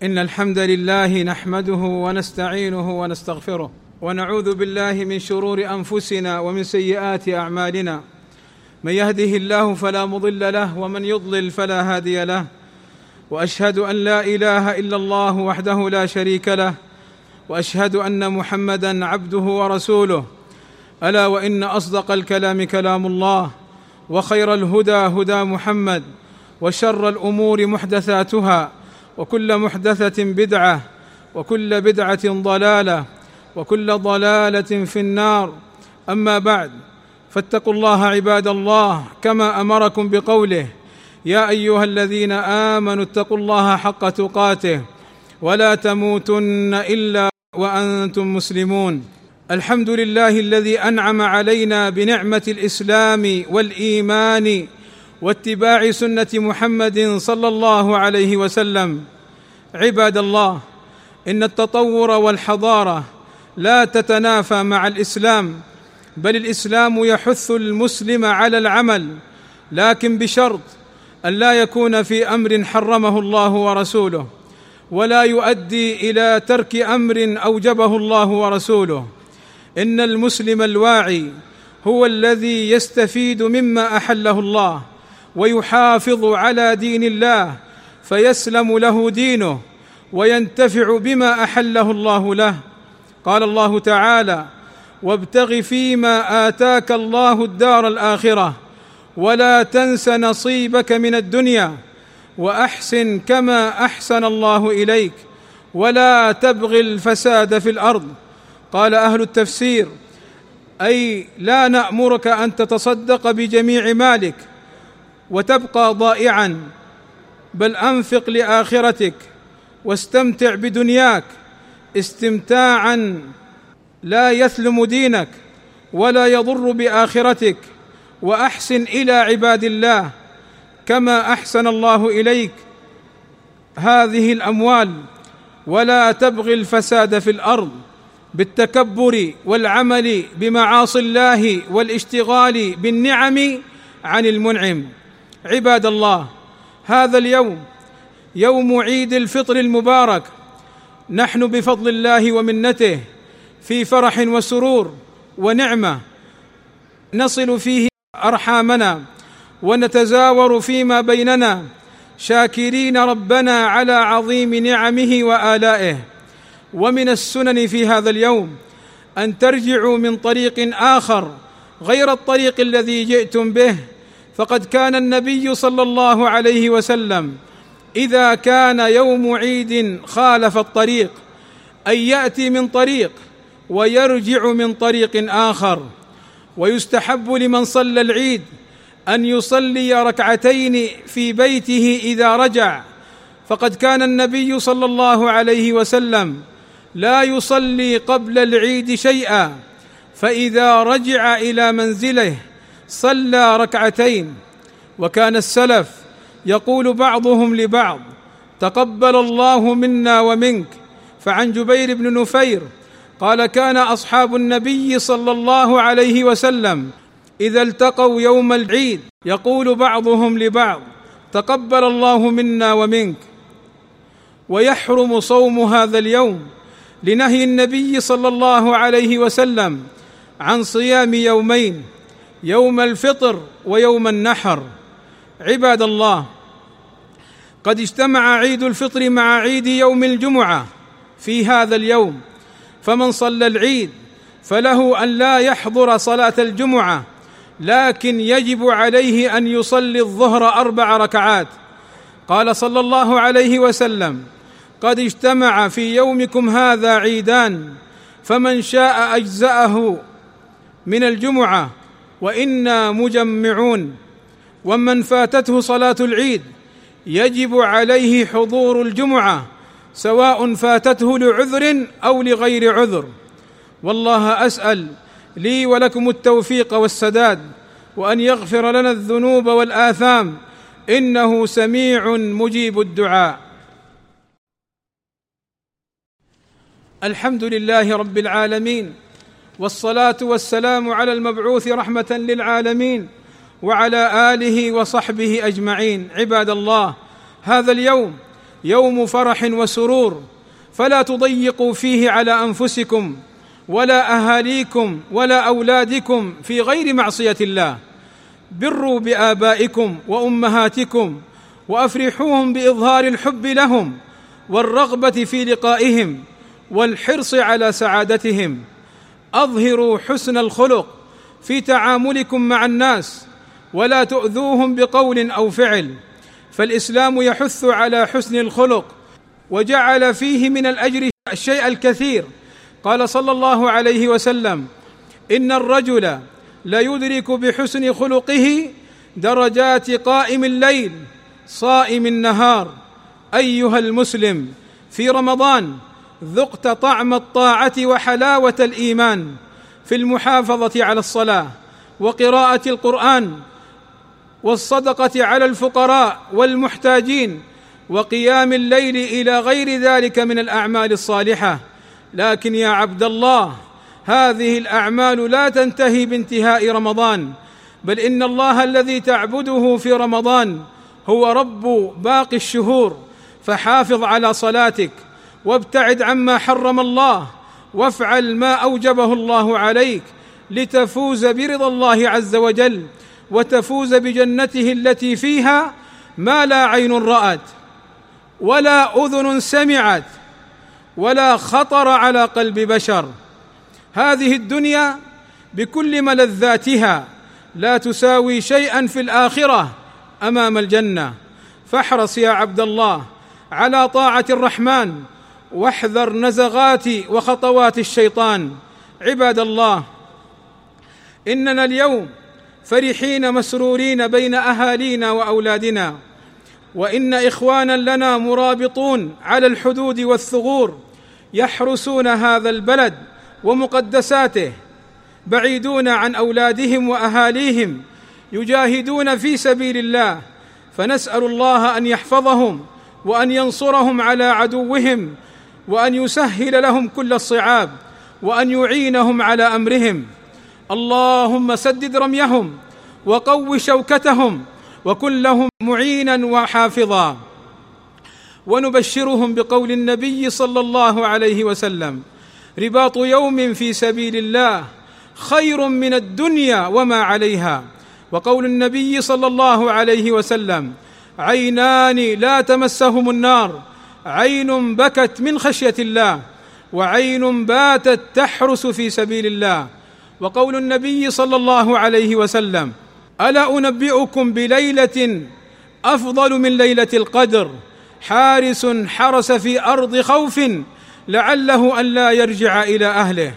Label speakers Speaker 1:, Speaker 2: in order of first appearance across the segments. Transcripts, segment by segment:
Speaker 1: إن الحمد لله نحمده ونستعينه ونستغفره ونعوذ بالله من شرور أنفسنا ومن سيئات أعمالنا. من يهده الله فلا مضل له ومن يضلل فلا هادي له، وأشهد أن لا إله إلا الله وحده لا شريك له، وأشهد أن محمدًا عبده ورسوله. ألا وإن أصدق الكلام كلام الله، وخير الهدى هدى محمد، وشر الأمور محدثاتها، وكل محدثة بدعة، وكل بدعة ضلالة، وكل ضلالة في النار. أما بعد، فاتقوا الله عباد الله كما أمركم بقوله: يا أيها الذين آمنوا اتقوا الله حق تقاته ولا تموتن إلا وأنتم مسلمون. الحمد لله الذي أنعم علينا بنعمة الإسلام والإيمان واتباع سنة محمد صلى الله عليه وسلم. عباد الله، إن التطور والحضارة لا تتنافى مع الإسلام، بل الإسلام يحث المسلم على العمل، لكن بشرط أن لا يكون في أمر حرمه الله ورسوله، ولا يؤدي إلى ترك أمر أوجبه الله ورسوله. إن المسلم الواعي هو الذي يستفيد مما أحله الله ويحافظ على دين الله، فيسلم له دينه وينتفع بما أحله الله له. قال الله تعالى: وابتغ فيما آتاك الله الدار الآخرة ولا تنس نصيبك من الدنيا وأحسن كما أحسن الله إليك ولا تبغ الفساد في الأرض. قال أهل التفسير: أي لا نأمرك أن تتصدق بجميع مالك وتبقى ضائعا، بل أنفق لآخرتك واستمتع بدنياك استمتاعا لا يثلم دينك ولا يضر بآخرتك، وأحسن إلى عباد الله كما أحسن الله إليك هذه الأموال، ولا تبغ الفساد في الأرض بالتكبر والعمل بمعاصي الله والاشتغال بالنعم عن المنعم. عباد الله، هذا اليوم يوم عيد الفطر المبارك، نحن بفضل الله ومنته في فرح وسرور ونعمة، نصل فيه أرحامنا ونتزاور فيما بيننا، شاكرين ربنا على عظيم نعمه وآلائه. ومن السنن في هذا اليوم أن ترجعوا من طريق آخر غير الطريق الذي جئتم به، فقد كان النبي صلى الله عليه وسلم إذا كان يوم عيد خالف الطريق، أن يأتي من طريق ويرجع من طريق آخر. ويستحب لمن صلى العيد أن يصلي ركعتين في بيته إذا رجع، فقد كان النبي صلى الله عليه وسلم لا يصلي قبل العيد شيئا، فإذا رجع إلى منزله صلى ركعتين. وكان السلف يقول بعضهم لبعض: تقبل الله منا ومنك. فعن جبير بن نفير قال: كان أصحاب النبي صلى الله عليه وسلم إذا التقوا يوم العيد يقول بعضهم لبعض: تقبل الله منا ومنك. ويحرم صوم هذا اليوم لنهي النبي صلى الله عليه وسلم عن صيام يومين، يوم الفطر ويوم النحر. عباد الله، قد اجتمع عيد الفطر مع عيد يوم الجمعة في هذا اليوم، فمن صلى العيد فله أن لا يحضر صلاة الجمعة، لكن يجب عليه أن يصلي الظهر 4 ركعات. قال صلى الله عليه وسلم: قد اجتمع في يومكم هذا عيدان، فمن شاء أجزأه من الجمعة وإنا مجمعون. ومن فاتته صلاة العيد يجب عليه حضور الجمعة، سواء فاتته لعذر أو لغير عذر. والله أسأل لي ولكم التوفيق والسداد، وأن يغفر لنا الذنوب والآثام، إنه سميع مجيب الدعاء. الحمد لله رب العالمين، والصلاة والسلام على المبعوث رحمة للعالمين وعلى آله وصحبه أجمعين. عباد الله، هذا اليوم يوم فرح وسرور، فلا تضيقوا فيه على أنفسكم ولا أهاليكم ولا أولادكم في غير معصية الله. بروا بآبائكم وأمهاتكم وأفرحوهم بإظهار الحب لهم والرغبة في لقائهم والحرص على سعادتهم. أظهروا حسن الخلق في تعاملكم مع الناس ولا تؤذوهم بقول أو فعل، فالإسلام يحث على حسن الخلق وجعل فيه من الأجر الشيء الكثير. قال صلى الله عليه وسلم: إن الرجل ليدرك بحسن خلقه درجات قائم الليل صائم النهار. أيها المسلم، في رمضان ذقت طعم الطاعة وحلاوة الإيمان في المحافظة على الصلاة وقراءة القرآن والصدقة على الفقراء والمحتاجين وقيام الليل إلى غير ذلك من الأعمال الصالحة. لكن يا عبد الله، هذه الأعمال لا تنتهي بانتهاء رمضان، بل إن الله الذي تعبده في رمضان هو رب باقي الشهور. فحافظ على صلاتك وابتعد عما حرم الله وافعل ما أوجبه الله عليك لتفوز برضا الله عز وجل وتفوز بجنته التي فيها ما لا عين رأت ولا أذن سمعت ولا خطر على قلب بشر. هذه الدنيا بكل ملذاتها لا تساوي شيئا في الآخرة أمام الجنة. فاحرص يا عبد الله على طاعة الرحمن واحذر نزغات وخطوات الشيطان. عباد الله، إننا اليوم فرحين مسرورين بين أهالينا وأولادنا، وإن إخوانا لنا مرابطون على الحدود والثغور يحرسون هذا البلد ومقدساته، بعيدون عن أولادهم وأهاليهم، يجاهدون في سبيل الله. فنسأل الله أن يحفظهم وأن ينصرهم على عدوهم وأن يسهل لهم كل الصعاب وأن يعينهم على أمرهم. اللهم سدد رميهم وقو شوكتهم وكن لهم معينا وحافظا. ونبشرهم بقول النبي صلى الله عليه وسلم: رباط يوم في سبيل الله خير من الدنيا وما عليها. وقول النبي صلى الله عليه وسلم: عينان لا تمسهم النار، عين بكت من خشية الله وعين باتت تحرس في سبيل الله. وقول النبي صلى الله عليه وسلم: ألا أنبئكم بليلة أفضل من ليلة القدر، حارس حرس في أرض خوف لعله أن لا يرجع إلى أهله.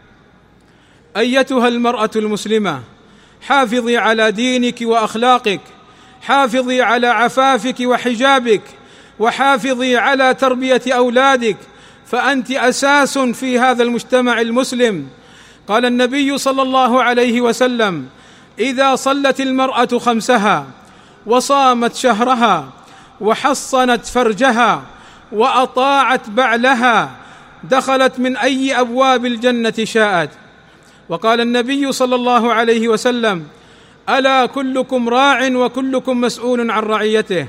Speaker 1: أيتها المرأة المسلمة، حافظي على دينك وأخلاقك، حافظي على عفافك وحجابك، وحافظي على تربية أولادك، فأنت أساس في هذا المجتمع المسلم. قال النبي صلى الله عليه وسلم: إذا صلت المرأة خمسها وصامت شهرها وحصنت فرجها وأطاعت بعلها دخلت من أي أبواب الجنة شاءت. وقال النبي صلى الله عليه وسلم: ألا كلكم راع وكلكم مسؤول عن رعيته.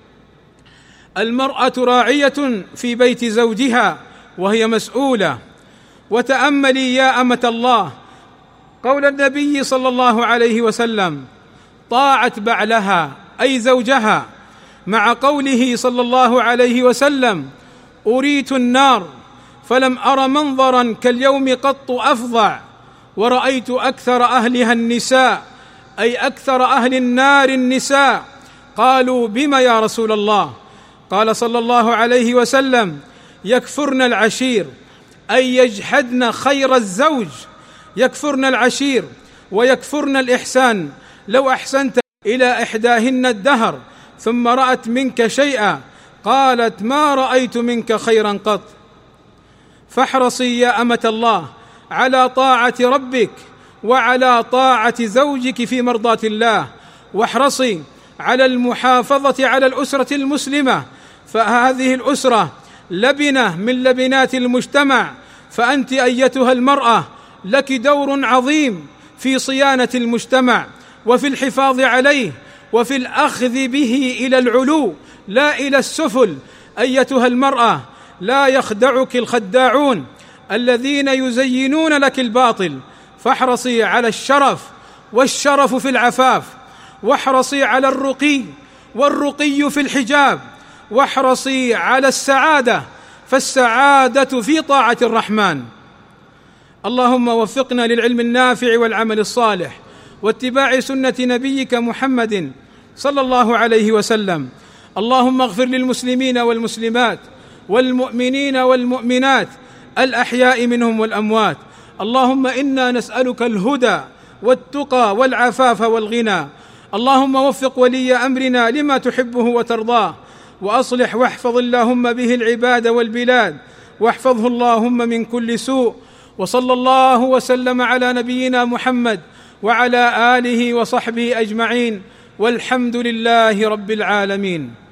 Speaker 1: المرأة راعية في بيت زوجها وهي مسؤولة. وتأملي يا أمة الله قول النبي صلى الله عليه وسلم: طاعت بعلها أي زوجها، مع قوله صلى الله عليه وسلم: أريت النار فلم أر منظرا كاليوم قط أفظع، ورأيت أكثر أهلها النساء، أي أكثر أهل النار النساء. قالوا: بما يا رسول الله؟ قال صلى الله عليه وسلم: يكفرن العشير، أي يجحدن خير الزوج، يكفرن العشير ويكفرن الإحسان. لو أحسنت إلى إحداهن الدهر ثم رأت منك شيئا قالت: ما رأيت منك خيرا قط. فاحرصي يا أمة الله على طاعة ربك وعلى طاعة زوجك في مرضاة الله، واحرصي على المحافظة على الأسرة المسلمة، فهذه الأسرة لبنة من لبنات المجتمع. فأنت أيتها المرأة لك دور عظيم في صيانة المجتمع وفي الحفاظ عليه وفي الأخذ به إلى العلو لا إلى السفل. أيتها المرأة لا يخدعك الخداعون الذين يزينون لك الباطل، فاحرصي على الشرف، والشرف في العفاف، واحرصي على الرقي، والرقي في الحجاب، واحرصي على السعادة، فالسعادة في طاعة الرحمن. اللهم وفقنا للعلم النافع والعمل الصالح واتباع سنة نبيك محمد صلى الله عليه وسلم. اللهم اغفر للمسلمين والمسلمات والمؤمنين والمؤمنات الأحياء منهم والأموات. اللهم إنا نسألك الهدى والتقى والعفاف والغنى. اللهم وفق ولي أمرنا لما تحبه وترضاه، وأصلح واحفظ اللهم به العباد والبلاد، واحفظه اللهم من كل سوء. وصلى الله وسلم على نبينا محمد وعلى آله وصحبه أجمعين، والحمد لله رب العالمين.